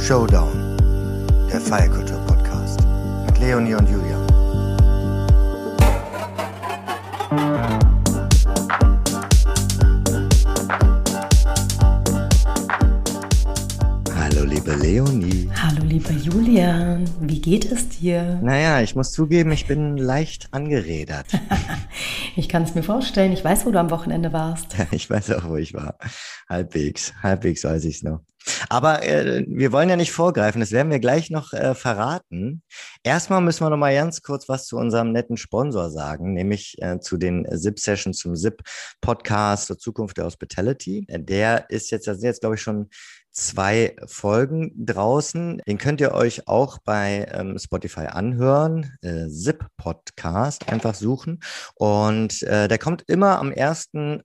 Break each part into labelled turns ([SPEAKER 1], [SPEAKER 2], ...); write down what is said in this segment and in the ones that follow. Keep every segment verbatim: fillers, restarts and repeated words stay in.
[SPEAKER 1] Showdown, der Feierkultur-Podcast mit Leonie und Julian. Hallo liebe Leonie.
[SPEAKER 2] Hallo lieber Julian, wie geht es dir?
[SPEAKER 1] Naja, ich muss zugeben, ich bin leicht angeredert.
[SPEAKER 2] Ich kann es mir vorstellen, ich weiß, wo du am Wochenende warst.
[SPEAKER 1] Ich weiß auch, wo ich war. Halbwegs, halbwegs weiß ich es noch. Aber äh, wir wollen ja nicht vorgreifen, das werden wir gleich noch äh, verraten. Erstmal müssen wir noch mal ganz kurz was zu unserem netten Sponsor sagen, nämlich äh, zu den S I P-Sessions, zum S I P-Podcast zur Zukunft der Hospitality. Der ist jetzt, das sind jetzt glaube ich schon zwei Folgen draußen. Den könnt ihr euch auch bei ähm, Spotify anhören. Äh, S I P-Podcast, einfach suchen. Und äh, der kommt immer am ersten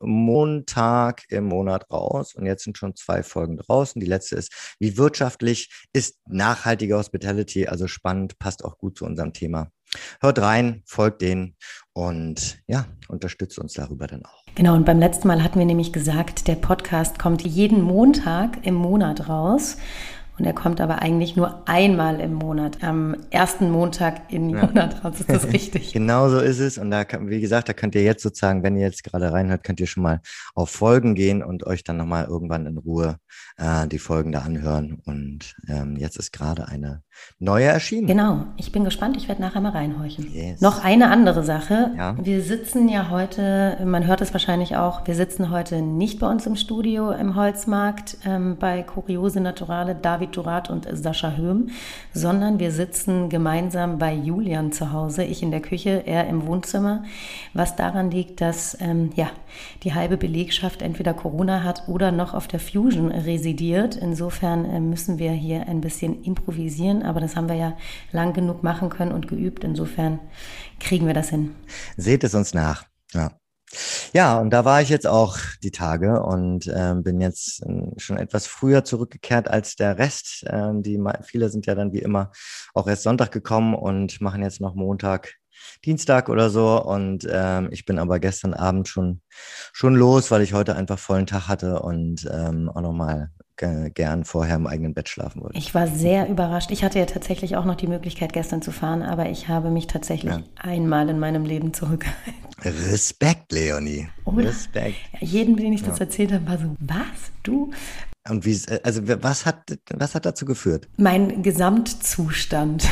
[SPEAKER 1] Montag im Monat raus. Und jetzt sind schon zwei Folgen draußen. Die letzte ist, wie wirtschaftlich ist nachhaltige Hospitality? Also spannend, passt auch gut zu unserem Thema. Hört rein, folgt denen und ja, unterstützt uns darüber dann auch.
[SPEAKER 2] Genau, und beim letzten Mal hatten wir nämlich gesagt, der Podcast kommt jeden Montag im Monat raus. Und er kommt aber eigentlich nur einmal im Monat, am ersten Montag im ja. Monat raus. Ist das richtig?
[SPEAKER 1] Genau so ist es. Und da, wie gesagt, da könnt ihr jetzt sozusagen, wenn ihr jetzt gerade reinhört, könnt ihr schon mal auf Folgen gehen und euch dann nochmal irgendwann in Ruhe äh, die Folgen da anhören. Und ähm, jetzt ist gerade eine neue erschienen.
[SPEAKER 2] Genau, ich bin gespannt. Ich werde nachher mal reinhorchen.
[SPEAKER 1] Yes.
[SPEAKER 2] Noch eine andere Sache.
[SPEAKER 1] Ja.
[SPEAKER 2] Wir sitzen ja heute, man hört es wahrscheinlich auch, wir sitzen heute nicht bei uns im Studio im Holzmarkt ähm, bei Kuriose Naturale, David Durat und Sascha Höhm, sondern wir sitzen gemeinsam bei Julian zu Hause, ich in der Küche, er im Wohnzimmer, was daran liegt, dass ähm, ja, die halbe Belegschaft entweder Corona hat oder noch auf der Fusion residiert. Insofern äh, müssen wir hier ein bisschen improvisieren, aber das haben wir ja lang genug machen können und geübt. Insofern kriegen wir das hin.
[SPEAKER 1] Seht es uns nach, ja. Ja, und da war ich jetzt auch die Tage und äh, bin jetzt äh, schon etwas früher zurückgekehrt als der Rest. Äh, die viele sind ja dann wie immer auch erst Sonntag gekommen und machen jetzt noch Montag, Dienstag oder so. Und ähm, ich bin aber gestern Abend schon schon los, weil ich heute einfach vollen Tag hatte und ähm, auch nochmal g- gern vorher im eigenen Bett schlafen wollte.
[SPEAKER 2] Ich war sehr überrascht. Ich hatte ja tatsächlich auch noch die Möglichkeit, gestern zu fahren, aber ich habe mich tatsächlich ja. einmal in meinem Leben zurückgehalten.
[SPEAKER 1] Respekt, Leonie.
[SPEAKER 2] Oder?
[SPEAKER 1] Respekt.
[SPEAKER 2] Ja, jeden, den ich das
[SPEAKER 1] ja.
[SPEAKER 2] erzählt habe, war so, was? Du?
[SPEAKER 1] Und wie, also was hat, was hat dazu geführt?
[SPEAKER 2] Mein Gesamtzustand.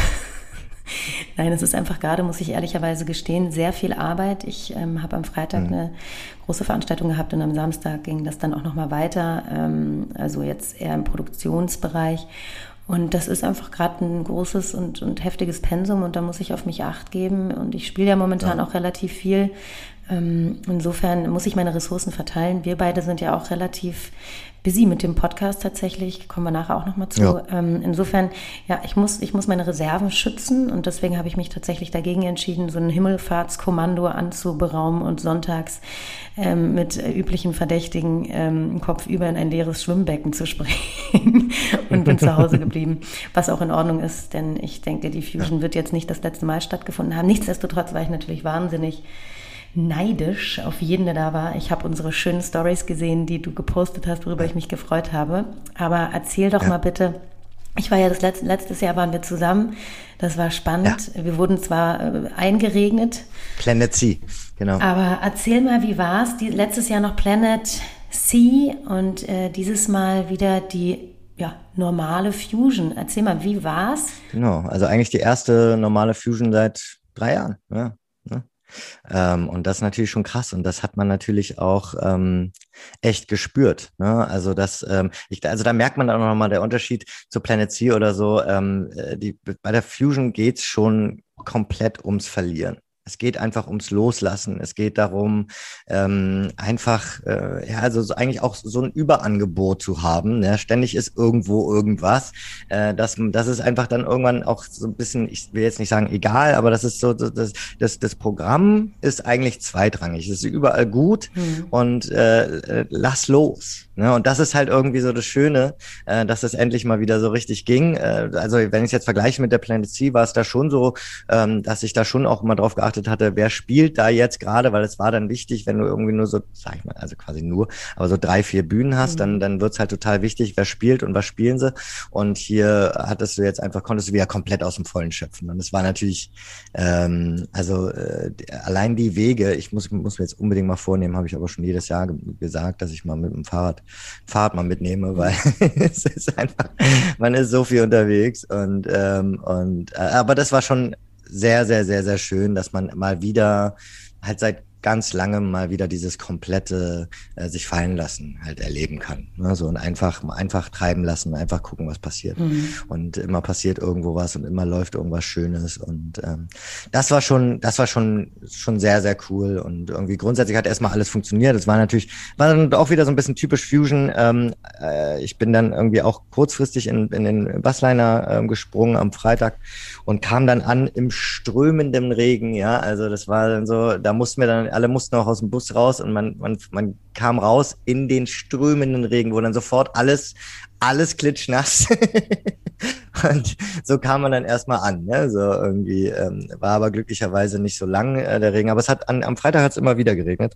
[SPEAKER 2] Nein, es ist einfach gerade, muss ich ehrlicherweise gestehen, sehr viel Arbeit. Ich ähm, habe am Freitag mhm. eine große Veranstaltung gehabt und am Samstag ging das dann auch nochmal weiter. Ähm, also jetzt eher im Produktionsbereich. Und das ist einfach gerade ein großes und, und heftiges Pensum und da muss ich auf mich Acht geben. Und ich spiele ja momentan ja. auch relativ viel. Ähm, insofern muss ich meine Ressourcen verteilen. Wir beide sind ja auch relativ busy mit dem Podcast tatsächlich, kommen wir nachher auch nochmal zu. Ja. Ähm, insofern, ja, ich muss, ich muss meine Reserven schützen und deswegen habe ich mich tatsächlich dagegen entschieden, so ein Himmelfahrtskommando anzuberaumen und sonntags ähm, mit äh, üblichen Verdächtigen ähm, kopfüber in ein leeres Schwimmbecken zu springen und bin zu Hause geblieben, was auch in Ordnung ist, denn ich denke, die Fusion ja. wird jetzt nicht das letzte Mal stattgefunden haben. Nichtsdestotrotz war ich natürlich wahnsinnig neidisch auf jeden, der da war. Ich habe unsere schönen Stories gesehen, die du gepostet hast, worüber ich mich gefreut habe. Aber erzähl doch ja. mal bitte, ich war ja das letzte, letztes Jahr waren wir zusammen, das war spannend. Ja. Wir wurden zwar äh, eingeregnet.
[SPEAKER 1] Planet C, genau.
[SPEAKER 2] Aber erzähl mal, wie war es? Letztes Jahr noch Planet C und äh, dieses Mal wieder die ja, normale Fusion. Erzähl mal, wie war's?
[SPEAKER 1] Genau, also eigentlich die erste normale Fusion seit drei Jahren, ja. ja. Ähm, und das ist natürlich schon krass und das hat man natürlich auch ähm, echt gespürt. Ne? Also das, ähm, ich, also da merkt man dann auch nochmal der Unterschied zu Planet C oder so. Ähm, die, bei der Fusion geht's schon komplett ums Verlieren. Es geht einfach ums Loslassen. Es geht darum, ähm, einfach, äh, ja, also so eigentlich auch so ein Überangebot zu haben. Ne? Ständig ist irgendwo irgendwas. Äh, das, das ist einfach dann irgendwann auch so ein bisschen, ich will jetzt nicht sagen egal, aber das ist so, das, das, das Programm ist eigentlich zweitrangig. Es ist überall gut mhm. und äh, lass los. Ne? Und das ist halt irgendwie so das Schöne, äh, dass es endlich mal wieder so richtig ging. Äh, also wenn ich es jetzt vergleiche mit der Planet C, war es da schon so, ähm, dass ich da schon auch mal drauf geachtet beachtet hatte, wer spielt da jetzt gerade, weil es war dann wichtig, wenn du irgendwie nur so, sag ich mal, also quasi nur, aber so drei, vier Bühnen hast, mhm. dann, dann wird's halt total wichtig, wer spielt und was spielen sie. Und hier hattest du jetzt einfach, konntest du wieder komplett aus dem Vollen schöpfen. Und es war natürlich, ähm, also äh, allein die Wege, ich muss, muss mir jetzt unbedingt mal vornehmen, habe ich aber schon jedes Jahr ge- gesagt, dass ich mal mit dem Fahrrad, Fahrrad mal mitnehme, weil es ist einfach, man ist so viel unterwegs und, ähm, und, äh, aber das war schon sehr, sehr, sehr, sehr schön, dass man mal wieder halt seit ganz langem mal wieder dieses komplette äh, sich fallen lassen halt erleben kann. Ne? So und einfach, einfach treiben lassen, einfach gucken, was passiert. Mhm. Und immer passiert irgendwo was und immer läuft irgendwas Schönes. Und ähm, das war schon, das war schon, schon sehr, sehr cool. Und irgendwie grundsätzlich hat erstmal alles funktioniert. Es war natürlich, war dann auch wieder so ein bisschen typisch Fusion. Ähm, äh, ich bin dann irgendwie auch kurzfristig in, in den Bassliner ähm, gesprungen am Freitag und kam dann an im strömenden Regen. Ja, also das war dann so, da mussten wir dann alle mussten auch aus dem Bus raus und man, man, man kam raus in den strömenden Regen, wo dann sofort alles, alles klitschnass. Und so kam man dann erstmal an, ne? So irgendwie, ähm, war aber glücklicherweise nicht so lang, äh, der Regen. Aber es hat an, am Freitag hat es immer wieder geregnet.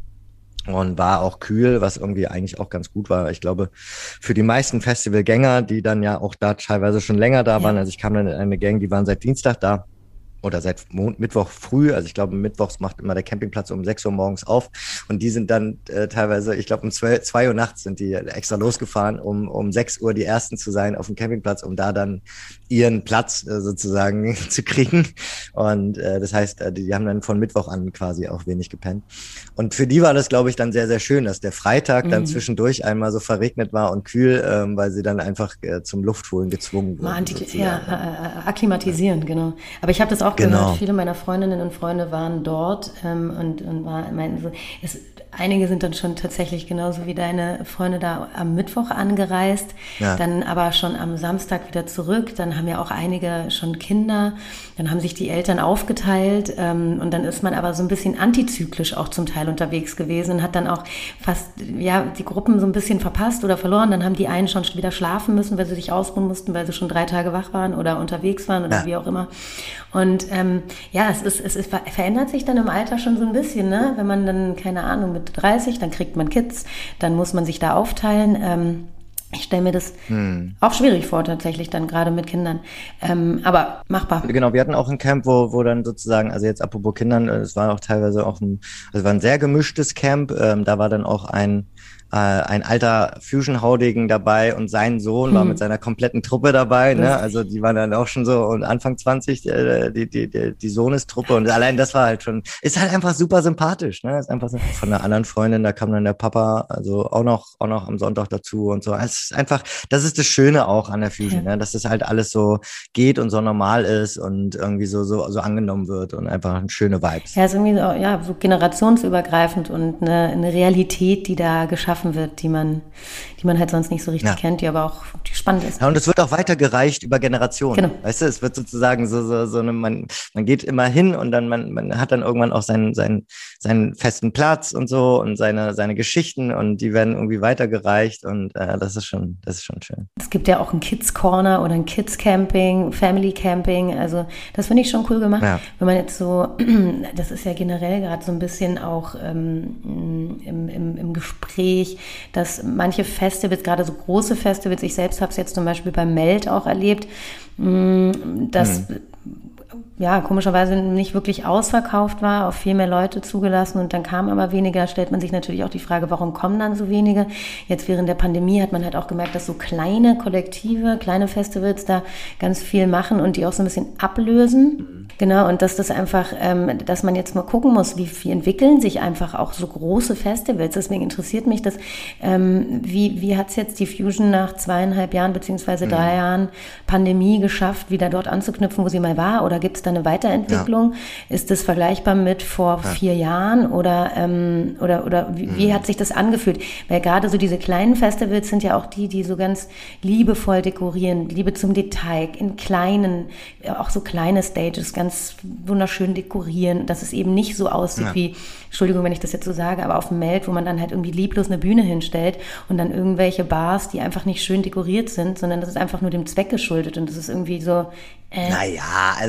[SPEAKER 1] Und war auch kühl, was irgendwie eigentlich auch ganz gut war. Ich glaube, für die meisten Festivalgänger, die dann ja auch da teilweise schon länger da waren, ja. Also ich kam dann in eine Gang, die waren seit Dienstag da. Oder seit Mon- Mittwoch früh, also ich glaube, mittwochs macht immer der Campingplatz um sechs Uhr morgens auf und die sind dann äh, teilweise, ich glaube um zwei Uhr nachts sind die extra losgefahren, um um sechs Uhr die Ersten zu sein auf dem Campingplatz, um da dann ihren Platz äh, sozusagen zu kriegen und äh, das heißt, äh, die, die haben dann von Mittwoch an quasi auch wenig gepennt und für die war das, glaube ich, dann sehr, sehr schön, dass der Freitag mhm. dann zwischendurch einmal so verregnet war und kühl, ähm, weil sie dann einfach äh, zum Luftholen gezwungen wurden.
[SPEAKER 2] Mal anti- ja, äh, akklimatisieren, ja. Genau. Aber ich habe das auch Genau. gehört, viele meiner Freundinnen und Freunde waren dort ähm, und, und war, meinten so, es, einige sind dann schon tatsächlich genauso wie deine Freunde da am Mittwoch angereist, ja. Dann aber schon am Samstag wieder zurück, dann haben ja auch einige schon Kinder, dann haben sich die Eltern aufgeteilt ähm, und dann ist man aber so ein bisschen antizyklisch auch zum Teil unterwegs gewesen und hat dann auch fast ja die Gruppen so ein bisschen verpasst oder verloren, dann haben die einen schon wieder schlafen müssen, weil sie sich ausruhen mussten, weil sie schon drei Tage wach waren oder unterwegs waren oder ja. wie auch immer. Und ähm, ja, es ist, es ist, verändert sich dann im Alter schon so ein bisschen, ne? Wenn man dann, keine Ahnung, mit dreißig, dann kriegt man Kids, dann muss man sich da aufteilen. Ähm, ich stelle mir das hm. auch schwierig vor, tatsächlich dann gerade mit Kindern. Ähm, aber machbar.
[SPEAKER 1] Genau, wir hatten auch ein Camp, wo, wo dann sozusagen, also jetzt apropos Kindern, es war auch teilweise auch ein, also es war ein sehr gemischtes Camp. Ähm, da war dann auch ein ein alter Fusion-Haudegen dabei und sein Sohn hm. war mit seiner kompletten Truppe dabei, ne? Also die waren dann auch schon so und Anfang zwanzig, die, die, die, die, die Sohnestruppe und allein das war halt schon, ist halt einfach super sympathisch, ne? Ist einfach so. Von einer anderen Freundin, da kam dann der Papa, also auch noch, auch noch am Sonntag dazu und so. Es ist einfach, das ist das Schöne auch an der Fusion, ja. Ne? Dass das halt alles so geht und so normal ist und irgendwie so, so, so angenommen wird und einfach schöne Vibes.
[SPEAKER 2] Ja, ist irgendwie so, ja, so generationsübergreifend und eine, eine Realität, die da geschaffen wird, die man, die man halt sonst nicht so richtig ja. kennt, die aber auch die spannend ist.
[SPEAKER 1] Ja, und es wird auch weitergereicht über Generationen. Genau. Weißt du, es wird sozusagen so, so, so eine, man, man geht immer hin und dann, man, man hat dann irgendwann auch seinen, seinen, seinen festen Platz und so und seine, seine Geschichten und die werden irgendwie weitergereicht und äh, das ist schon, das ist schon schön.
[SPEAKER 2] Es gibt ja auch ein Kids Corner oder ein Kids Camping, Family Camping, also das finde ich schon cool gemacht. Ja. Wenn man jetzt so, das ist ja generell gerade so ein bisschen auch ähm, im, im, im Gespräch, dass manche Festivals, gerade so große Festivals, ich selbst habe es jetzt zum Beispiel beim Meld auch erlebt, dass hm. ja, komischerweise nicht wirklich ausverkauft war, auf viel mehr Leute zugelassen und dann kamen aber weniger, stellt man sich natürlich auch die Frage, warum kommen dann so wenige? Jetzt während der Pandemie hat man halt auch gemerkt, dass so kleine Kollektive, kleine Festivals da ganz viel machen und die auch so ein bisschen ablösen. Mhm. Genau, und dass das einfach, ähm, dass man jetzt mal gucken muss, wie, wie entwickeln sich einfach auch so große Festivals. Deswegen interessiert mich das, ähm, wie, wie hat es jetzt die Fusion nach zweieinhalb Jahren beziehungsweise drei mhm. Jahren Pandemie geschafft, wieder dort anzuknüpfen, wo sie mal war? Oder gibt es da eine Weiterentwicklung? Ja. Ist das vergleichbar mit vor ja. vier Jahren oder, ähm, oder, oder wie, mhm. wie hat sich das angefühlt? Weil gerade so diese kleinen Festivals sind ja auch die, die so ganz liebevoll dekorieren, Liebe zum Detail, in kleinen, auch so kleine Stages, ganz wunderschön dekorieren, dass es eben nicht so aussieht ja. wie, Entschuldigung, wenn ich das jetzt so sage, aber auf dem Meld, wo man dann halt irgendwie lieblos eine Bühne hinstellt und dann irgendwelche Bars, die einfach nicht schön dekoriert sind, sondern das ist einfach nur dem Zweck geschuldet und das ist irgendwie so,
[SPEAKER 1] Äh. Naja, also das sehe ich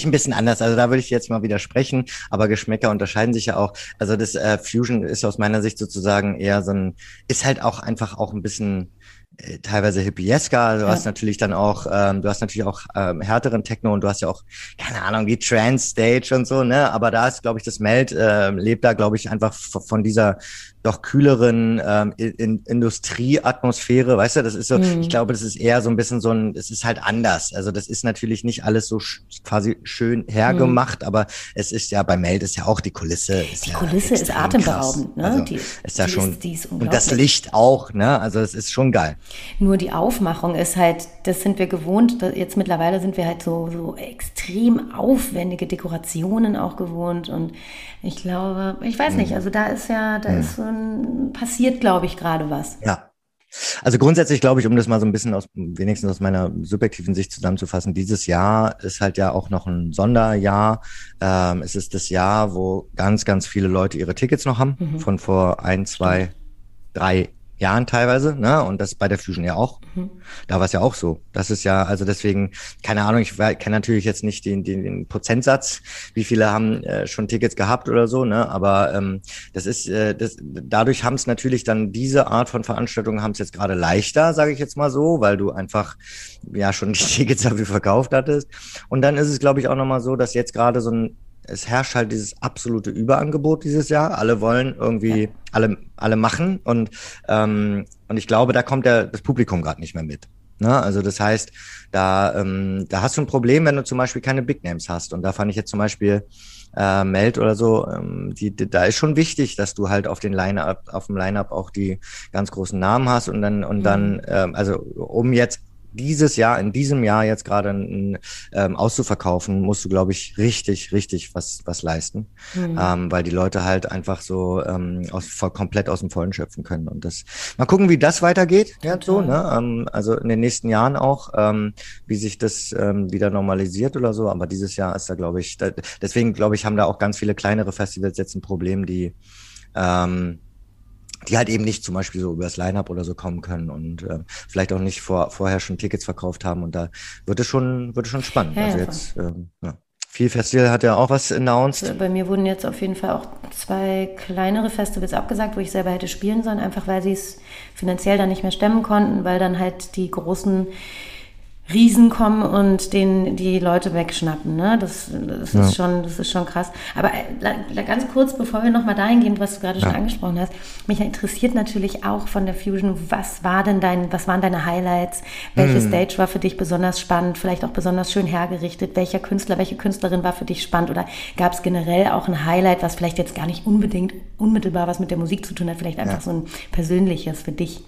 [SPEAKER 1] ich ein bisschen anders. Also da würde ich jetzt mal widersprechen, aber Geschmäcker unterscheiden sich ja auch. Also das äh, Fusion ist aus meiner Sicht sozusagen eher so ein, ist halt auch einfach auch ein bisschen äh, teilweise hippiesker. Du
[SPEAKER 2] Ja.
[SPEAKER 1] hast natürlich dann auch, ähm, du hast natürlich auch ähm, härteren Techno und du hast ja auch, keine Ahnung, wie Trance Stage und so, ne? Aber da ist, glaube ich, das Meld äh, lebt da, glaube ich, einfach von dieser doch kühleren ähm, in Industrieatmosphäre, weißt du, das ist so, mhm. ich glaube, das ist eher so ein bisschen so ein, es ist halt anders. Also das ist natürlich nicht alles so sch- quasi schön hergemacht, mhm. aber es ist ja, bei Meld ist ja auch die Kulisse. Ist
[SPEAKER 2] die
[SPEAKER 1] ja
[SPEAKER 2] Kulisse ist atemberaubend, ne?
[SPEAKER 1] Also
[SPEAKER 2] die
[SPEAKER 1] ist ja
[SPEAKER 2] die
[SPEAKER 1] schon,
[SPEAKER 2] ist, die ist
[SPEAKER 1] und das Licht auch, ne? Also es ist schon geil.
[SPEAKER 2] Nur die Aufmachung ist halt, das sind wir gewohnt, jetzt mittlerweile sind wir halt so, so extrem aufwendige Dekorationen auch gewohnt und ich glaube, ich weiß nicht, also da ist ja, da mhm. ist so ein, passiert, glaube ich, gerade was.
[SPEAKER 1] Ja. Also grundsätzlich glaube ich, um das mal so ein bisschen aus, wenigstens aus meiner subjektiven Sicht zusammenzufassen, dieses Jahr ist halt ja auch noch ein Sonderjahr. Ähm, es ist das Jahr, wo ganz, ganz viele Leute ihre Tickets noch haben, mhm. von vor ein, zwei, drei Jahren teilweise, ne? Und das bei der Fusion ja auch. Mhm. Da war es ja auch so. Das ist ja, also deswegen, keine Ahnung, ich kenne natürlich jetzt nicht den, den, den Prozentsatz, wie viele haben äh, schon Tickets gehabt oder so, ne? Aber ähm, das ist, äh, das, dadurch haben es natürlich dann diese Art von Veranstaltungen haben es jetzt gerade leichter, sage ich jetzt mal so, weil du einfach ja schon die Tickets dafür verkauft hattest. Und dann ist es, glaube ich, auch nochmal so, dass jetzt gerade so ein es herrscht halt dieses absolute Überangebot dieses Jahr. Alle wollen irgendwie, ja. alle, alle machen und ähm, und ich glaube, da kommt der, das Publikum gerade nicht mehr mit. Ne? Also das heißt, da ähm, da hast du ein Problem, wenn du zum Beispiel keine Big Names hast. Und da fand ich jetzt zum Beispiel äh, Meld oder so, ähm, die, die, da ist schon wichtig, dass du halt auf den Line-up, auf dem Line-up auch die ganz großen Namen hast und dann und mhm. dann, ähm, also um jetzt dieses Jahr, in diesem Jahr jetzt gerade ähm, auszuverkaufen, musst du, glaube ich, richtig, richtig was was leisten, mhm. ähm, weil die Leute halt einfach so ähm, aus, voll, komplett aus dem Vollen schöpfen können. Und das, mal gucken, wie das weitergeht, ja, so, ne? Ähm, also in den nächsten Jahren auch, ähm, wie sich das ähm, wieder normalisiert oder so. Aber dieses Jahr ist da, glaube ich, da, deswegen glaube ich, haben da auch ganz viele kleinere Festivals jetzt ein Problem, die ähm, die halt eben nicht zum Beispiel so übers Line-Up oder so kommen können und äh, vielleicht auch nicht vor, vorher schon Tickets verkauft haben und da wird es schon, wird es schon spannend. Ja, also ja, jetzt, ähm, ja. Viel Festival hat ja auch was announced.
[SPEAKER 2] Also bei mir wurden jetzt auf jeden Fall auch zwei kleinere Festivals abgesagt, wo ich selber hätte spielen sollen, einfach weil sie es finanziell dann nicht mehr stemmen konnten, weil dann halt die großen Riesen kommen und den die Leute wegschnappen, ne? Das, das ja. ist schon, das ist schon krass. Aber äh, ganz kurz, bevor wir nochmal dahin gehen, was du gerade ja. schon angesprochen hast, mich interessiert natürlich auch von der Fusion, was war denn dein, was waren deine Highlights? Welche hm. Stage war für dich besonders spannend, vielleicht auch besonders schön hergerichtet? Welcher Künstler, welche Künstlerin war für dich spannend? Oder gab es generell auch ein Highlight, was vielleicht jetzt gar nicht unbedingt unmittelbar was mit der Musik zu tun hat, vielleicht einfach ja. so ein persönliches für dich?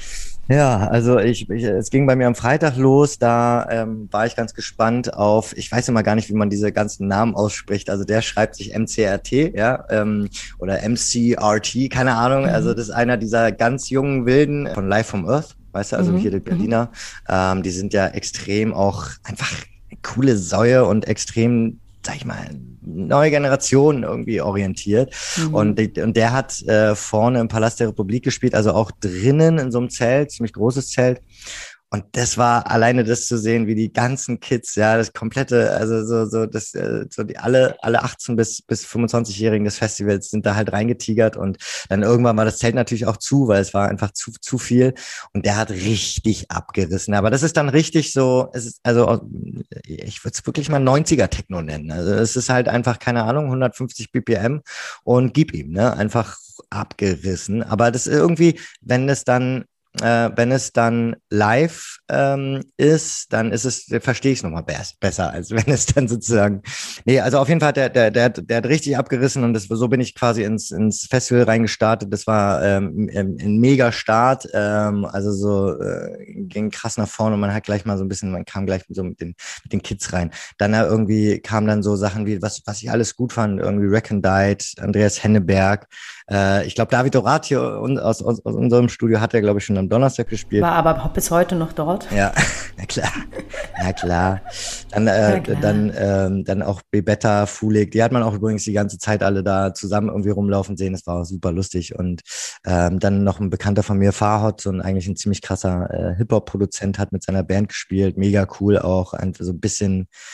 [SPEAKER 1] Ja, also ich, ich, es ging bei mir am Freitag los, da ähm, war ich ganz gespannt auf, ich weiß immer gar nicht, wie man diese ganzen Namen ausspricht, also der schreibt sich M C R T, ja, ähm, oder M C R T, keine Ahnung, mhm. also das ist einer dieser ganz jungen Wilden von Live from Earth, weißt du, also mhm. hier die Berliner, mhm. ähm, die sind ja extrem auch einfach coole Säue und extrem, sag ich mal, neue Generation irgendwie orientiert. Mhm. Und, und der hat äh, vorne im Palast der Republik gespielt, also auch drinnen in so einem Zelt, ziemlich großes Zelt. Und das war alleine das zu sehen, wie die ganzen Kids, ja, das komplette, also so, so, das, so die alle, alle achtzehn bis, bis fünfundzwanzig-Jährigen des Festivals sind da halt reingetigert und dann irgendwann war das Zelt natürlich auch zu, weil es war einfach zu, zu viel und der hat richtig abgerissen. Aber das ist dann richtig so, es ist, also, ich würde es wirklich mal neunziger-Techno nennen. Also es ist halt einfach, keine Ahnung, hundertfünfzig B P M und gib ihm, ne, einfach abgerissen. Aber das ist irgendwie, wenn es dann, Äh, wenn es dann live ähm, ist, dann ist es, verstehe ich es nochmal be- besser, als wenn es dann sozusagen, nee, also auf jeden Fall, der, der, der, der hat richtig abgerissen und das, so bin ich quasi ins, ins Festival reingestartet. Das war ähm, ein mega Start, ähm, also so äh, ging krass nach vorne und man hat gleich mal so ein bisschen, man kam gleich so mit den, mit den Kids rein. Dann äh, irgendwie kamen dann so Sachen wie, was, was ich alles gut fand, irgendwie Recondite, Andreas Henneberg, äh, ich glaube David Oratio aus, aus, aus unserem Studio hat er, glaube ich, schon am Donnerstag gespielt.
[SPEAKER 2] War aber bis heute noch dort.
[SPEAKER 1] Ja, na klar, na klar. Dann, äh, na klar. dann, ähm, dann auch Bebetta, Fulig, die hat man auch übrigens die ganze Zeit alle da zusammen irgendwie rumlaufen sehen. Das war auch super lustig. Und ähm, dann noch ein Bekannter von mir, Farhot, so ein eigentlich ein ziemlich krasser äh, Hip-Hop-Produzent, hat mit seiner Band gespielt. Mega cool auch. Einfach so ein bisschen,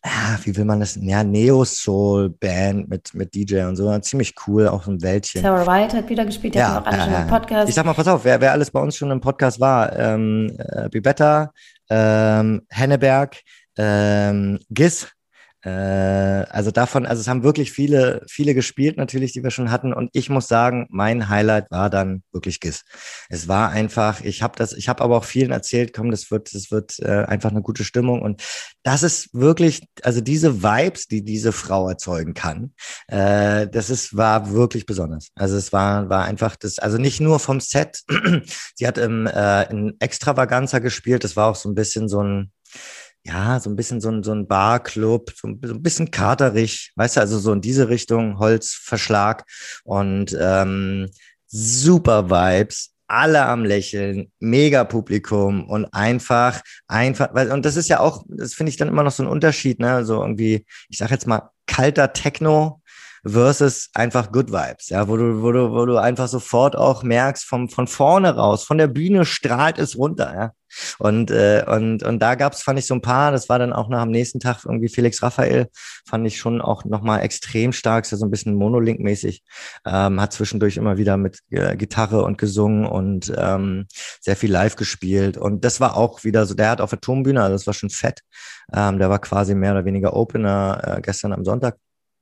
[SPEAKER 1] ja, wie will man das, ja, Neo-Soul-Band mit, mit D J und so, ziemlich cool, auch so ein Wäldchen.
[SPEAKER 2] Sarah White hat wieder gespielt, die
[SPEAKER 1] ja,
[SPEAKER 2] hatten auch alle
[SPEAKER 1] ja,
[SPEAKER 2] schon
[SPEAKER 1] ja.
[SPEAKER 2] im Podcast.
[SPEAKER 1] Ich sag mal, pass auf, wer, wer alles bei uns schon im Podcast war, ähm, äh, Bibetta, ähm, Henneberg, ähm, Giss, äh, also davon, also es haben wirklich viele, viele gespielt natürlich, die wir schon hatten und ich muss sagen, mein Highlight war dann wirklich Giss. Es war einfach, ich habe das, ich habe aber auch vielen erzählt, komm, das wird, das wird äh, einfach eine gute Stimmung und das ist wirklich, also diese Vibes, die diese Frau erzeugen kann, äh, das ist, war wirklich besonders. Also es war, war einfach das, also nicht nur vom Set, sie hat im, äh, in Extravaganza gespielt, das war auch so ein bisschen so ein, ja, so ein bisschen so ein, so ein Barclub, so ein, so ein bisschen katerig, weißt du, also so in diese Richtung, Holzverschlag und ähm, super Vibes, alle am Lächeln, mega Publikum und einfach, einfach, weil, und das ist ja auch, das finde ich dann immer noch so ein Unterschied, ne, so irgendwie, ich sag jetzt mal, kalter Techno versus einfach Good Vibes, ja, wo du, wo du, wo du einfach sofort auch merkst, vom, von vorne raus, von der Bühne strahlt es runter, ja. Und, äh, und, und da gab's, fand ich so ein paar, das war dann auch noch am nächsten Tag irgendwie Felix Raphael, fand ich schon auch nochmal extrem stark, so ein bisschen Monolink-mäßig, ähm, hat zwischendurch immer wieder mit äh, Gitarre und gesungen und ähm, sehr viel live gespielt. Und das war auch wieder so, der hat auf der Turmbühne, also das war schon fett, ähm, der war quasi mehr oder weniger Opener äh, gestern am Sonntag.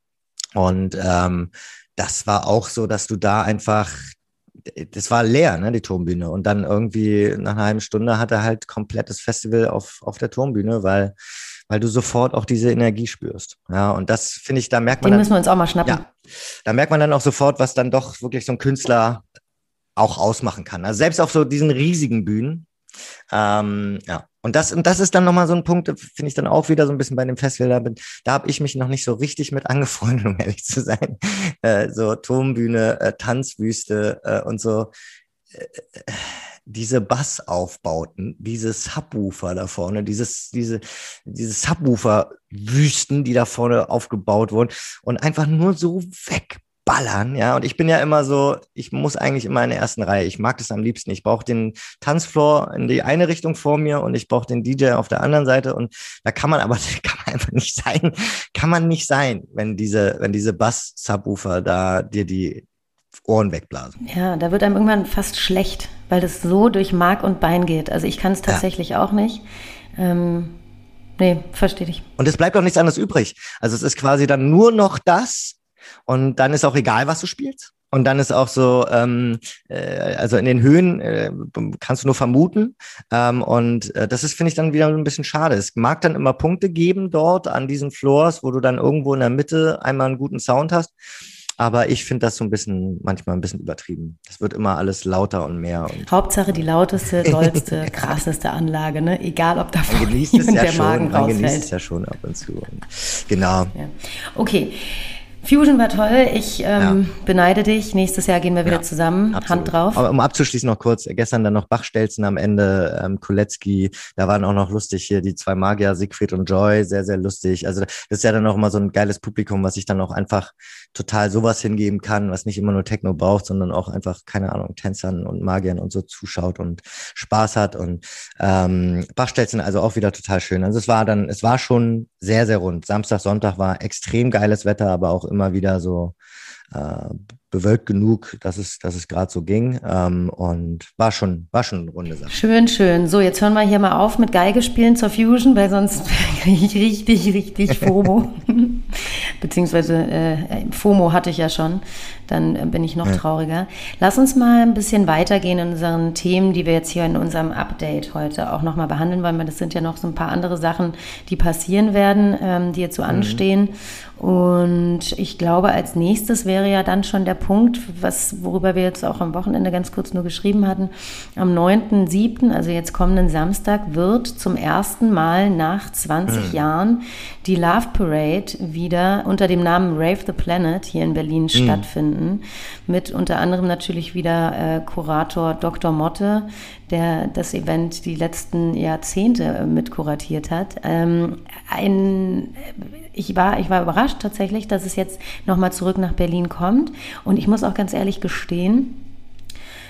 [SPEAKER 1] Und ähm, das war auch so, dass du da einfach, das war leer, ne, die Turmbühne. Und dann irgendwie nach einer halben Stunde hat er halt komplettes Festival auf, auf der Turmbühne, weil, weil du sofort auch diese Energie spürst. Ja, und das finde ich, da merkt man.
[SPEAKER 2] Den
[SPEAKER 1] dann,
[SPEAKER 2] müssen wir uns auch mal schnappen.
[SPEAKER 1] Ja, da merkt man dann auch sofort, was dann doch wirklich so ein Künstler auch ausmachen kann. Also selbst auf so diesen riesigen Bühnen. Ähm, ja. Und das, und das ist dann nochmal so ein Punkt, finde ich dann auch wieder so ein bisschen bei dem Festival, da, bin, da habe ich mich noch nicht so richtig mit angefreundet, um ehrlich zu sein. Äh, so Turmbühne, äh, Tanzwüste äh, und so. Äh, diese Bassaufbauten, diese Subwoofer da vorne, dieses, diese, diese Subwoofer-Wüsten, die da vorne aufgebaut wurden und einfach nur so weg. Ballern, ja, und ich bin ja immer so, ich muss eigentlich immer in der ersten Reihe, ich mag das am liebsten, ich brauche den Tanzfloor in die eine Richtung vor mir und ich brauche den D J auf der anderen Seite und da kann man aber, kann man einfach nicht sein, kann man nicht sein, wenn diese, wenn diese Bass-Subwoofer da dir die Ohren wegblasen.
[SPEAKER 2] Ja, da wird einem irgendwann fast schlecht, weil das so durch Mark und Bein geht, also ich kann es tatsächlich ja. auch nicht, ähm, nee, verstehe ich.
[SPEAKER 1] Und es bleibt auch nichts anderes übrig, also es ist quasi dann nur noch das. Und dann ist auch egal, was du spielst. Und dann ist auch so, ähm, äh, also in den Höhen äh, kannst du nur vermuten. Ähm, und äh, das ist, finde ich, dann wieder ein bisschen schade. Es mag dann immer Punkte geben dort an diesen Floors, wo du dann irgendwo in der Mitte einmal einen guten Sound hast. Aber ich finde das so ein bisschen, manchmal ein bisschen übertrieben. Das wird immer alles lauter und mehr. Und
[SPEAKER 2] Hauptsache die lauteste, dollste, krasseste Anlage, ne? Egal, ob da
[SPEAKER 1] man genießt es ja
[SPEAKER 2] der
[SPEAKER 1] schon,
[SPEAKER 2] Magen
[SPEAKER 1] man
[SPEAKER 2] rausfällt.
[SPEAKER 1] genießt es ja schon ab und zu. Und genau.
[SPEAKER 2] Ja. Okay. Fusion war toll, ich ähm, ja. beneide dich. Nächstes Jahr gehen wir wieder ja, zusammen, absolut. Hand drauf.
[SPEAKER 1] Aber um abzuschließen noch kurz, gestern dann noch Bachstelzen am Ende, ähm, Kolecki, da waren auch noch lustig hier die zwei Magier, Siegfried und Joy, sehr, sehr lustig. Also das ist ja dann auch immer so ein geiles Publikum, was ich dann auch einfach total sowas hingeben kann, was nicht immer nur Techno braucht, sondern auch einfach, keine Ahnung, Tänzern und Magiern und so zuschaut und Spaß hat. Und ähm, Bachstelzen also auch wieder total schön. Also es war dann, es war schon sehr, sehr rund. Samstag, Sonntag war extrem geiles Wetter, aber auch immer wieder so äh, bewölkt genug, dass es, dass es gerade so ging. Ähm, und war schon, war schon eine runde Sache.
[SPEAKER 2] Schön, schön. So, jetzt hören wir hier mal auf mit Geige spielen zur Fusion, weil sonst kriege ich richtig, richtig FOMO. Beziehungsweise äh, FOMO hatte ich ja schon. Dann äh, bin ich noch ja. trauriger. Lass uns mal ein bisschen weitergehen in unseren Themen, die wir jetzt hier in unserem Update heute auch nochmal behandeln wollen, weil das sind ja noch so ein paar andere Sachen, die passieren werden, ähm, die jetzt so mhm. anstehen. Und ich glaube, als nächstes wäre ja dann schon der Punkt, was, worüber wir jetzt auch am Wochenende ganz kurz nur geschrieben hatten. Am neunten siebten, also jetzt kommenden Samstag, wird zum ersten Mal nach zwanzig mhm. Jahren die Love Parade wieder unter dem Namen Rave the Planet hier in Berlin mhm. stattfinden. Mit unter anderem natürlich wieder äh, Kurator Doktor Motte, der das Event die letzten Jahrzehnte mit kuratiert hat. Ähm, ein, ich war, ich war überrascht tatsächlich, dass es jetzt nochmal zurück nach Berlin kommt. Und ich muss auch ganz ehrlich gestehen,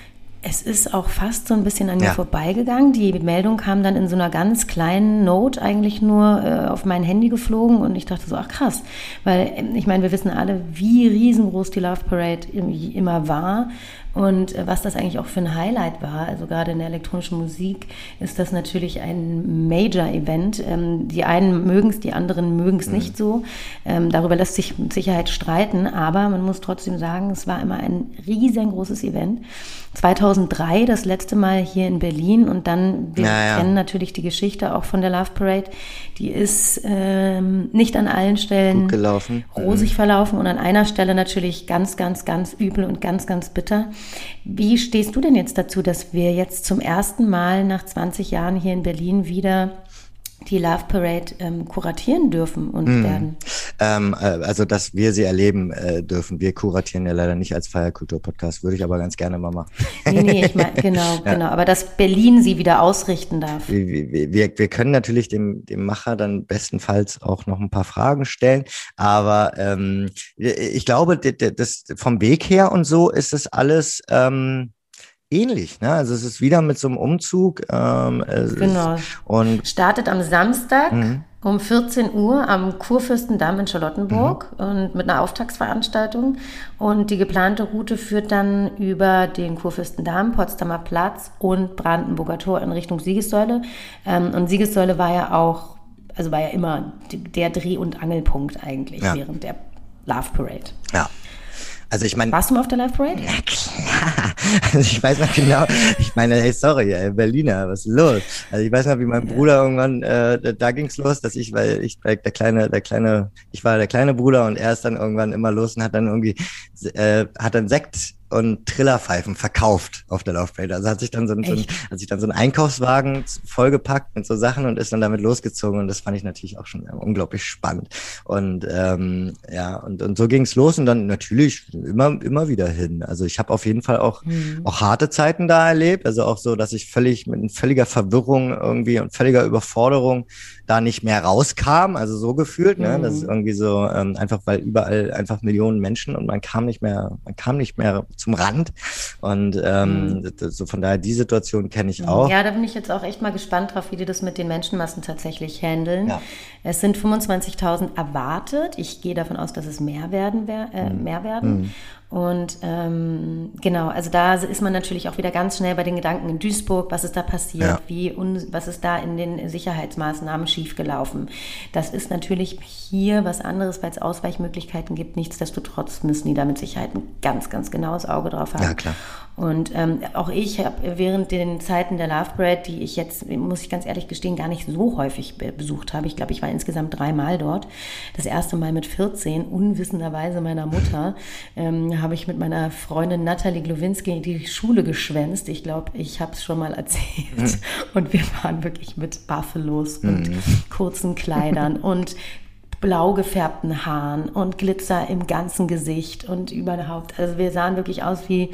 [SPEAKER 2] Es ist auch fast so ein bisschen an mir
[SPEAKER 1] Ja.
[SPEAKER 2] vorbeigegangen. Die Meldung kam dann in so einer ganz kleinen Note eigentlich nur äh, auf mein Handy geflogen und ich dachte so, ach krass. Weil ähm, ich meine, wir wissen alle, wie riesengroß die Love Parade irgendwie immer war und äh, was das eigentlich auch für ein Highlight war. Also gerade in der elektronischen Musik ist das natürlich ein Major-Event. Ähm, die einen mögen es, die anderen mögen es mhm. nicht so. Ähm, darüber lässt sich mit Sicherheit streiten, aber man muss trotzdem sagen, es war immer ein riesengroßes Event. zweitausenddrei das letzte Mal hier in Berlin und dann, wir
[SPEAKER 1] ja, ja.
[SPEAKER 2] kennen natürlich die Geschichte auch von der Love Parade, die ist ähm, nicht an allen Stellen
[SPEAKER 1] Gut gelaufen.
[SPEAKER 2] rosig
[SPEAKER 1] mhm.
[SPEAKER 2] verlaufen und an einer Stelle natürlich ganz, ganz, ganz übel und ganz, ganz bitter. Wie stehst du denn jetzt dazu, dass wir jetzt zum ersten Mal nach zwanzig Jahren hier in Berlin wieder die Love Parade ähm, kuratieren dürfen und
[SPEAKER 1] mm.
[SPEAKER 2] werden?
[SPEAKER 1] Ähm, äh, also, dass wir sie erleben äh, dürfen. Wir kuratieren ja leider nicht als Feierkultur-Podcast, würde ich aber ganz gerne mal machen.
[SPEAKER 2] Nee, nee, ich meine, genau, ja. genau. Aber dass Berlin sie wieder ausrichten darf.
[SPEAKER 1] Wir, wir, wir können natürlich dem, dem Macher dann bestenfalls auch noch ein paar Fragen stellen, aber ähm, ich glaube, das, vom Weg her und so ist das alles ähm, ähnlich, ne? Also es ist wieder mit so einem Umzug. Ähm,
[SPEAKER 2] genau.
[SPEAKER 1] Und
[SPEAKER 2] startet am Samstag
[SPEAKER 1] mhm.
[SPEAKER 2] um vierzehn Uhr am Kurfürstendamm in Charlottenburg mhm. und mit einer Auftaktsveranstaltung. Und die geplante Route führt dann über den Kurfürstendamm, Potsdamer Platz und Brandenburger Tor in Richtung Siegessäule. Und Siegessäule war ja auch, also war ja immer der Dreh- und Angelpunkt eigentlich ja. während der Love Parade.
[SPEAKER 1] Ja. Also ich meine,
[SPEAKER 2] warst du mal auf der Love Parade?
[SPEAKER 1] Na klar. Also ich weiß noch genau, ich meine, hey, sorry, ey, Berliner, was ist los? Also ich weiß noch, wie mein ja. Bruder irgendwann, äh, da ging's los, dass ich, weil ich, der kleine, der kleine, ich war der kleine Bruder und er ist dann irgendwann immer los und hat dann irgendwie, äh, hat dann Sekt und Trillerpfeifen verkauft auf der Love Parade. Also hat sich dann so ein, so ein, hat sich dann so ein Einkaufswagen vollgepackt mit so Sachen und ist dann damit losgezogen und das fand ich natürlich auch schon unglaublich spannend. Und ähm, ja, und, und so ging's los und dann natürlich immer immer wieder hin. Also ich habe auf jeden Fall auch mhm. auch harte Zeiten da erlebt, also auch so, dass ich völlig mit völliger Verwirrung irgendwie und völliger Überforderung da nicht mehr rauskam, also so gefühlt, ne, mhm. das ist irgendwie so ähm, einfach, weil überall einfach Millionen Menschen und man kam nicht mehr, man kam nicht mehr zum Rand und ähm, mhm. das, so von daher die Situation kenne ich auch.
[SPEAKER 2] Ja, da bin ich jetzt auch echt mal gespannt drauf, wie die das mit den Menschenmassen tatsächlich handeln.
[SPEAKER 1] Ja.
[SPEAKER 2] Es sind fünfundzwanzigtausend erwartet. Ich gehe davon aus, dass es mehr werden, äh, mhm. mehr werden. Mhm. Und ähm, genau, also da ist man natürlich auch wieder ganz schnell bei den Gedanken in Duisburg, was ist da passiert, ja. wie un, was ist da in den Sicherheitsmaßnahmen schiefgelaufen. Das ist natürlich hier was anderes, weil es Ausweichmöglichkeiten gibt. Nichtsdestotrotz müssen die da mit Sicherheit ein ganz, ganz genaues Auge drauf haben.
[SPEAKER 1] Ja, klar.
[SPEAKER 2] Und ähm, auch ich habe während den Zeiten der Love Parade, die ich jetzt, muss ich ganz ehrlich gestehen, gar nicht so häufig besucht habe. Ich glaube, ich war insgesamt dreimal dort. Das erste Mal mit vierzehn, unwissenderweise meiner Mutter, ähm, habe ich mit meiner Freundin Natalie Glowinski die Schule geschwänzt. Ich glaube, ich habe es schon mal erzählt. Mhm. Und wir waren wirklich mit Buffalos und mhm. kurzen Kleidern und blau gefärbten Haaren und Glitzer im ganzen Gesicht und überhaupt. Also wir sahen wirklich aus wie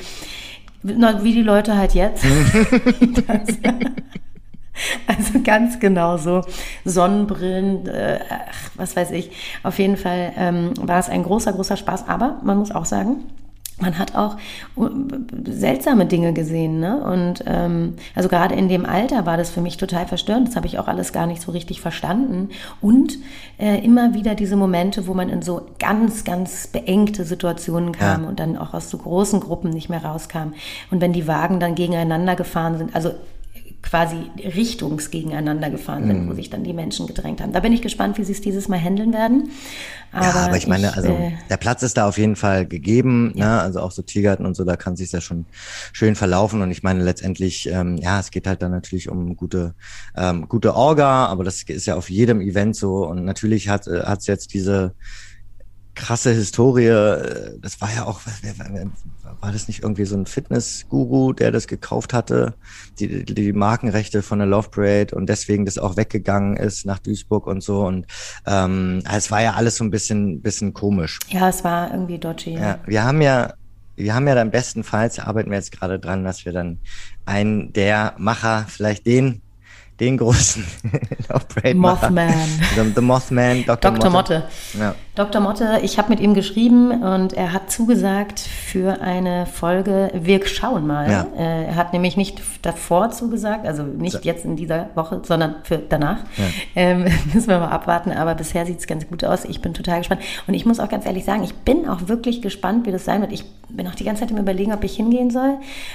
[SPEAKER 2] wie die Leute halt jetzt. das, also ganz genau so. Sonnenbrillen, äh, ach, was weiß ich. Auf jeden Fall ähm, war es ein großer, großer Spaß. Aber man muss auch sagen, man hat auch seltsame Dinge gesehen, ne? Und ähm, also gerade in dem Alter war das für mich total verstörend. Das habe ich auch alles gar nicht so richtig verstanden. Und äh, immer wieder diese Momente, wo man in so ganz, ganz beengte Situationen kam ja. und dann auch aus so großen Gruppen nicht mehr rauskam. Und wenn die Wagen dann gegeneinander gefahren sind, also quasi richtungsgegeneinander gefahren sind, mm. wo sich dann die Menschen gedrängt haben. Da bin ich gespannt, wie sie es dieses Mal handeln werden.
[SPEAKER 1] Aber ja, aber ich meine, ich, also äh, der Platz ist da auf jeden Fall gegeben, ja. ne? Also auch so Tiergarten und so, da kann es sich ja schon schön verlaufen. Und ich meine letztendlich, ähm, ja, es geht halt dann natürlich um gute, ähm, gute Orga, aber das ist ja auf jedem Event so. Und natürlich hat es jetzt diese krasse Historie, das war ja auch, war das nicht irgendwie so ein Fitness-Guru, der das gekauft hatte, die, die Markenrechte von der Love Parade und deswegen das auch weggegangen ist nach Duisburg und so und ähm, es war ja alles so ein bisschen, bisschen komisch.
[SPEAKER 2] Ja, es war irgendwie dodgy.
[SPEAKER 1] Ja, wir haben ja, wir haben ja dann bestenfalls, arbeiten wir jetzt gerade dran, dass wir dann einen der Macher, vielleicht den den großen
[SPEAKER 2] Mothman.
[SPEAKER 1] The, the Mothman, Doktor
[SPEAKER 2] Doktor
[SPEAKER 1] Motte.
[SPEAKER 2] Motte. Ja. Doktor Motte, ich habe mit ihm geschrieben und er hat zugesagt für eine Folge. Wir schauen mal. Ja. Er hat nämlich nicht davor zugesagt, also nicht so. Jetzt in dieser Woche, sondern für danach. Ja. Ähm, müssen wir mal abwarten, aber bisher sieht es ganz gut aus. Ich bin total gespannt. Und ich muss auch ganz ehrlich sagen, ich bin auch wirklich gespannt, wie das sein wird. Ich bin auch die ganze Zeit im Überlegen, ob ich hingehen soll.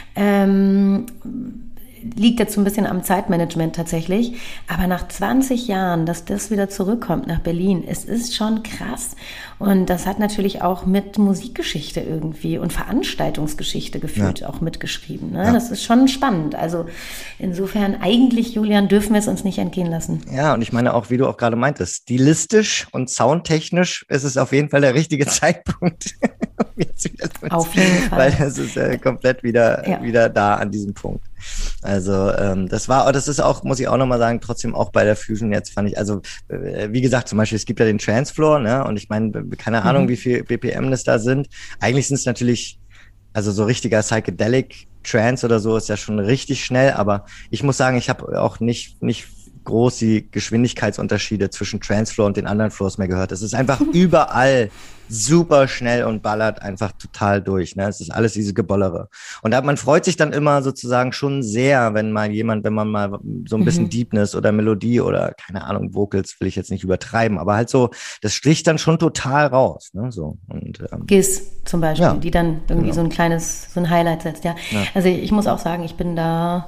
[SPEAKER 2] Ähm, liegt jetzt so ein bisschen am Zeitmanagement tatsächlich, aber nach zwanzig Jahren, dass das wieder zurückkommt nach Berlin, es ist schon krass und das hat natürlich auch mit Musikgeschichte irgendwie und Veranstaltungsgeschichte gefühlt ja. auch mitgeschrieben. Ne? Ja. Das ist schon spannend, also insofern eigentlich, Julian, dürfen wir es uns nicht entgehen lassen.
[SPEAKER 1] Ja, und ich meine auch, wie du auch gerade meintest, stilistisch und soundtechnisch ist es auf jeden Fall der richtige Zeitpunkt. Jetzt wieder
[SPEAKER 2] auf jeden Fall.
[SPEAKER 1] Weil es ist äh, komplett wieder, ja. wieder da an diesem Punkt. Also ähm, das war, das ist auch, muss ich auch nochmal sagen, trotzdem auch bei der Fusion jetzt fand ich, also äh, wie gesagt, zum Beispiel, es gibt ja den Transfloor, ne, und ich meine, keine Ahnung, mhm. wie viel B P M das da sind. Eigentlich sind es natürlich, also so richtiger Psychedelic Trance oder so ist ja schon richtig schnell, aber ich muss sagen, ich habe auch nicht, nicht groß die Geschwindigkeitsunterschiede zwischen Transfloor und den anderen Floors mehr gehört. Es ist einfach überall super schnell und ballert einfach total durch. Ne? Es ist alles diese Gebollere. Und da, man freut sich dann immer sozusagen schon sehr, wenn mal jemand, wenn man mal so ein bisschen mhm. Deepness oder Melodie oder keine Ahnung, Vocals will ich jetzt nicht übertreiben, aber halt so, das sticht dann schon total raus. Ne? So, und, ähm,
[SPEAKER 2] Giz zum Beispiel,
[SPEAKER 1] ja,
[SPEAKER 2] die dann irgendwie
[SPEAKER 1] genau.
[SPEAKER 2] so ein kleines, so ein Highlight setzt. Ja. ja. Also ich muss auch sagen, ich bin da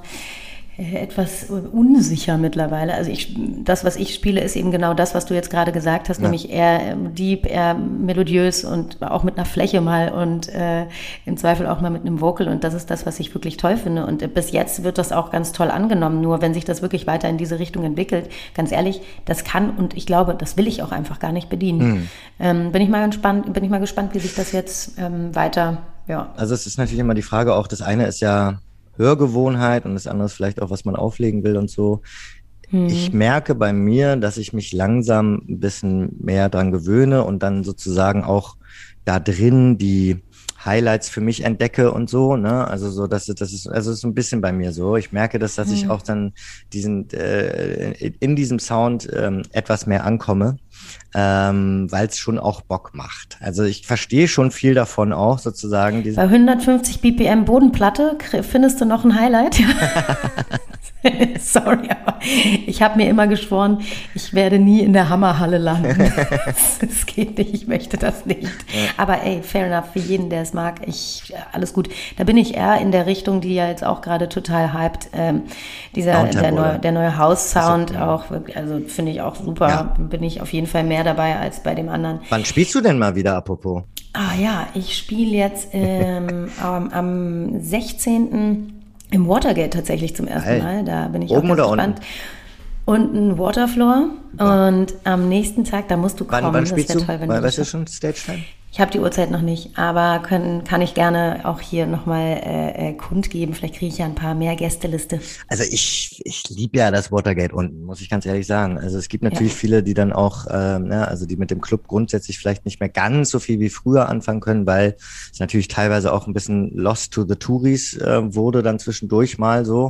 [SPEAKER 2] etwas unsicher mittlerweile. Also ich, das, was ich spiele, ist eben genau das, was du jetzt gerade gesagt hast, ja. nämlich eher deep, eher melodiös und auch mit einer Fläche mal und äh, im Zweifel auch mal mit einem Vocal und das ist das, was ich wirklich toll finde und bis jetzt wird das auch ganz toll angenommen, nur wenn sich das wirklich weiter in diese Richtung entwickelt, ganz ehrlich, das kann und ich glaube, das will ich auch einfach gar nicht bedienen. Mhm. Ähm, bin ich mal gespannt, bin ich mal gespannt, wie sich das jetzt ähm, weiter, ja.
[SPEAKER 1] Also es ist natürlich immer die Frage auch, das eine ist ja Hörgewohnheit und das andere ist vielleicht auch, was man auflegen will und so. Hm. Ich merke bei mir, dass ich mich langsam ein bisschen mehr dran gewöhne und dann sozusagen auch da drin die Highlights für mich entdecke und so, ne, also so, das, das ist, also es ist ein bisschen bei mir so. Ich merke, dass, dass hm. ich auch dann diesen, äh, in diesem Sound ähm, etwas mehr ankomme, ähm, weil es schon auch Bock macht. Also ich verstehe schon viel davon auch sozusagen.
[SPEAKER 2] Bei hundertfünfzig B P M Bodenplatte findest du noch ein Highlight? Sorry, aber ich habe mir immer geschworen, ich werde nie in der Hammerhalle landen. Das geht nicht, ich möchte das nicht. Ja. Aber ey, fair enough, für jeden, der es mag, ich, alles gut. Da bin ich eher in der Richtung, die ja jetzt auch gerade total hyped, ähm, dieser, der, neu, der neue House-Sound ja. auch, also finde ich auch super, ja. bin ich auf jeden Fall mehr dabei als bei dem anderen.
[SPEAKER 1] Wann spielst du denn mal wieder, apropos?
[SPEAKER 2] Ah ja, ich spiele jetzt ähm, am, am sechzehnten im Watergate tatsächlich zum ersten Mal. Da bin ich
[SPEAKER 1] Oben
[SPEAKER 2] auch ganz
[SPEAKER 1] oder
[SPEAKER 2] gespannt. Unten? Unten Waterfloor. Ja. Und am nächsten Tag, da musst du kommen.
[SPEAKER 1] Wann, wann spielst
[SPEAKER 2] das
[SPEAKER 1] du?
[SPEAKER 2] Toll, wenn
[SPEAKER 1] Weil,
[SPEAKER 2] du
[SPEAKER 1] weißt du schon Stage-Time?
[SPEAKER 2] Ich habe die Uhrzeit noch nicht, aber können, kann ich gerne auch hier nochmal äh, kundgeben. Vielleicht kriege ich ja ein paar mehr Gästeliste.
[SPEAKER 1] Also ich, ich liebe ja das Watergate unten, muss ich ganz ehrlich sagen. Also es gibt natürlich ja. viele, die dann auch, ähm, ne, also die mit dem Club grundsätzlich vielleicht nicht mehr ganz so viel wie früher anfangen können, weil es natürlich teilweise auch ein bisschen lost to the Touris äh, wurde dann zwischendurch mal so.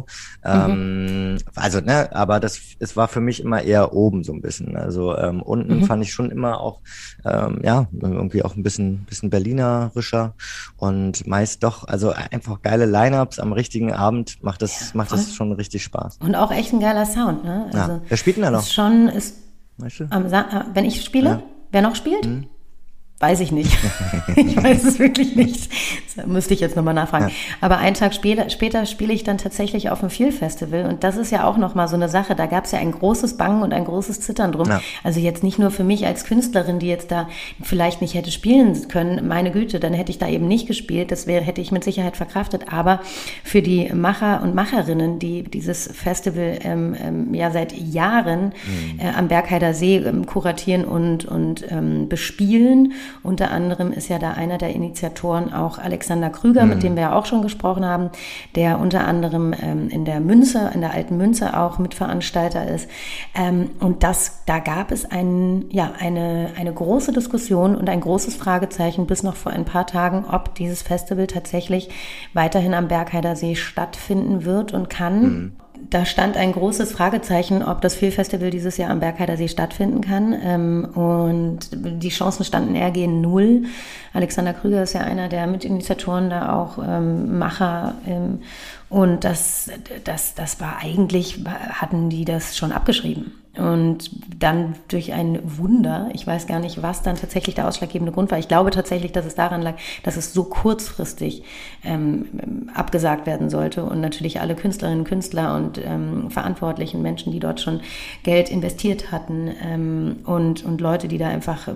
[SPEAKER 1] Ähm, mhm. Also, ne, aber das, es war für mich immer eher oben so ein bisschen. Also ähm, unten mhm. fand ich schon immer auch, ähm, ja, irgendwie auch ein bisschen bisschen berlinerischer und meist doch, also einfach geile Line-Ups am richtigen Abend macht das, ja, macht das schon richtig Spaß.
[SPEAKER 2] Und auch echt ein geiler Sound, ne? Also
[SPEAKER 1] ja. Wer spielt denn da noch?
[SPEAKER 2] Ist schon, ist, weißt du? am Sa- wenn ich spiele, ja. wer noch spielt? Mhm. Weiß ich nicht. Ich weiß es wirklich nicht. Das müsste ich jetzt nochmal nachfragen. Ja. Aber einen Tag später, später spiele ich dann tatsächlich auf dem Feel Festival. Und das ist ja auch nochmal so eine Sache. Da gab es ja ein großes Bangen und ein großes Zittern drum. Ja. Also jetzt nicht nur für mich als Künstlerin, die jetzt da vielleicht nicht hätte spielen können. Meine Güte, dann hätte ich da eben nicht gespielt. Das wäre, hätte ich mit Sicherheit verkraftet. Aber für die Macher und Macherinnen, die dieses Festival ähm, ähm, ja seit Jahren mhm. äh, am Bergheider See ähm, kuratieren und, und ähm, bespielen. Unter anderem ist ja da einer der Initiatoren auch Alexander Krüger, mhm. mit dem wir ja auch schon gesprochen haben, der unter anderem ähm, in der Münze, in der alten Münze auch Mitveranstalter ist. Ähm, und das, da gab es ein, ja, eine, eine große Diskussion und ein großes Fragezeichen bis noch vor ein paar Tagen, ob dieses Festival tatsächlich weiterhin am Bergheider See stattfinden wird und kann. Mhm. da stand ein großes Fragezeichen, ob das Filmfestival dieses Jahr am Bergheider See stattfinden kann. Ähm, und die Chancen standen eher gegen null. Alexander Krüger ist ja einer der Mitinitiatoren, da auch ähm, Macher. Ähm, und das, das, das war eigentlich, hatten die das schon abgeschrieben. Und dann durch ein Wunder, ich weiß gar nicht, was dann tatsächlich der ausschlaggebende Grund war. Ich glaube tatsächlich, dass es daran lag, dass es so kurzfristig ähm, abgesagt werden sollte und natürlich alle Künstlerinnen und Künstler und ähm, verantwortlichen Menschen, die dort schon Geld investiert hatten ähm, und, und Leute, die da einfach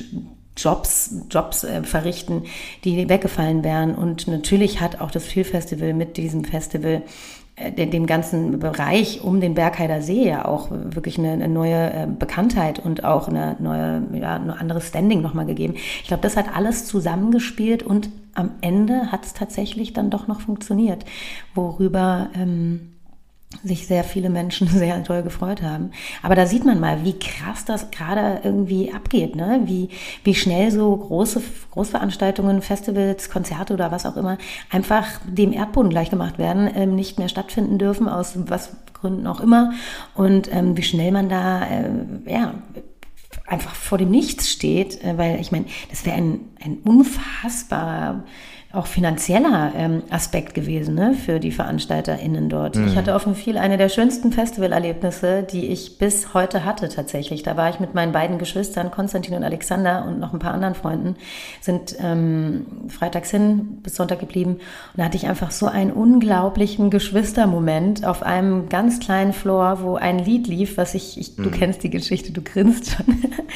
[SPEAKER 2] Jobs, Jobs äh, verrichten, die weggefallen wären. Und natürlich hat auch das Filmfestival mit diesem Festival Den, dem ganzen Bereich um den Bergheider See ja auch wirklich eine, eine neue äh, Bekanntheit und auch eine neue, ja, ein anderes Standing nochmal gegeben. Ich glaube, das hat alles zusammengespielt und am Ende hat es tatsächlich dann doch noch funktioniert, worüber ähm, sich sehr viele Menschen sehr doll gefreut haben. Aber da sieht man mal, wie krass das gerade irgendwie abgeht, ne? Wie, wie schnell so große Großveranstaltungen, Festivals, Konzerte oder was auch immer einfach dem Erdboden gleichgemacht werden, ähm, nicht mehr stattfinden dürfen, aus was Gründen auch immer. Und ähm, wie schnell man da, äh, ja, einfach vor dem Nichts steht, äh, weil ich meine, das wäre ein, ein unfassbarer auch finanzieller ähm, Aspekt gewesen, ne, für die VeranstalterInnen dort. Mhm. Ich hatte auf dem Viel eine der schönsten Festivalerlebnisse, die ich bis heute hatte tatsächlich. Da war ich mit meinen beiden Geschwistern, Konstantin und Alexander und noch ein paar anderen Freunden, sind ähm, freitags hin bis Sonntag geblieben. Und da hatte ich einfach so einen unglaublichen Geschwistermoment auf einem ganz kleinen Floor, wo ein Lied lief, was ich, ich mhm. du kennst die Geschichte, du grinst schon,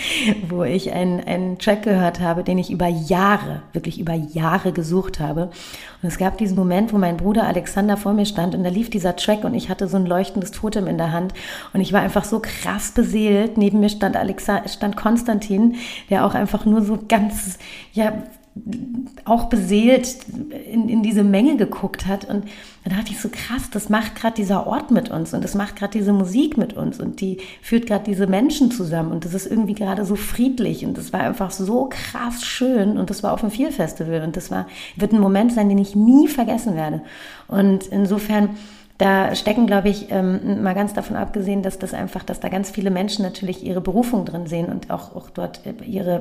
[SPEAKER 2] wo ich einen, einen Track gehört habe, den ich über Jahre, wirklich über Jahre gesucht habe. Und es gab diesen Moment, wo mein Bruder Alexander vor mir stand und da lief dieser Track und ich hatte so ein leuchtendes Totem in der Hand und ich war einfach so krass beseelt. Neben mir stand Alexa, stand Konstantin, der auch einfach nur so ganz, ja, auch beseelt in, in diese Menge geguckt hat. Und da dachte ich so, krass, das macht gerade dieser Ort mit uns und das macht gerade diese Musik mit uns und die führt gerade diese Menschen zusammen und das ist irgendwie gerade so friedlich und das war einfach so krass schön und das war auf dem Viel-Festival und das war, wird ein Moment sein, den ich nie vergessen werde. Und insofern, da stecken, glaube ich, ähm, mal ganz davon abgesehen, dass das einfach, dass da ganz viele Menschen natürlich ihre Berufung drin sehen und auch, auch dort ihre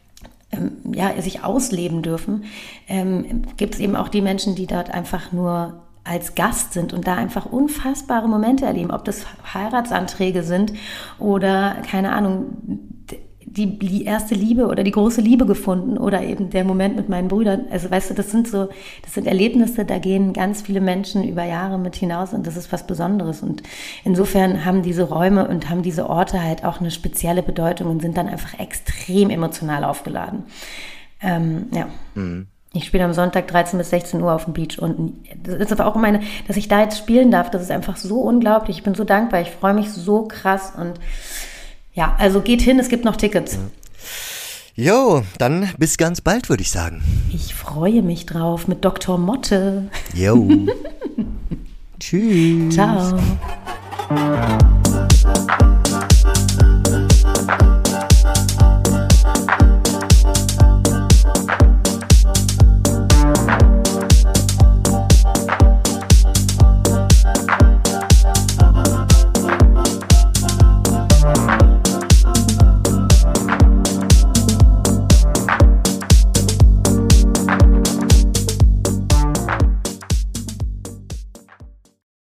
[SPEAKER 2] ja, sich ausleben dürfen, ähm, gibt es eben auch die Menschen, die dort einfach nur als Gast sind und da einfach unfassbare Momente erleben, ob das Heiratsanträge sind oder, keine Ahnung, die, die erste Liebe oder die große Liebe gefunden oder eben der Moment mit meinen Brüdern. Also weißt du, das sind so, das sind Erlebnisse, da gehen ganz viele Menschen über Jahre mit hinaus und das ist was Besonderes. Und insofern haben diese Räume und haben diese Orte halt auch eine spezielle Bedeutung und sind dann einfach extrem emotional aufgeladen. Ähm, ja. Mhm. Ich spiele am Sonntag dreizehn bis sechzehn Uhr auf dem Beach unten. Das ist aber auch meine, dass ich da jetzt spielen darf, das ist einfach so unglaublich. Ich bin so dankbar, ich freue mich so krass und ja, also geht hin, es gibt noch Tickets.
[SPEAKER 1] Jo, dann bis ganz bald, würde ich sagen.
[SPEAKER 2] Ich freue mich drauf mit Doktor Motte.
[SPEAKER 1] Jo. Tschüss.
[SPEAKER 2] Ciao.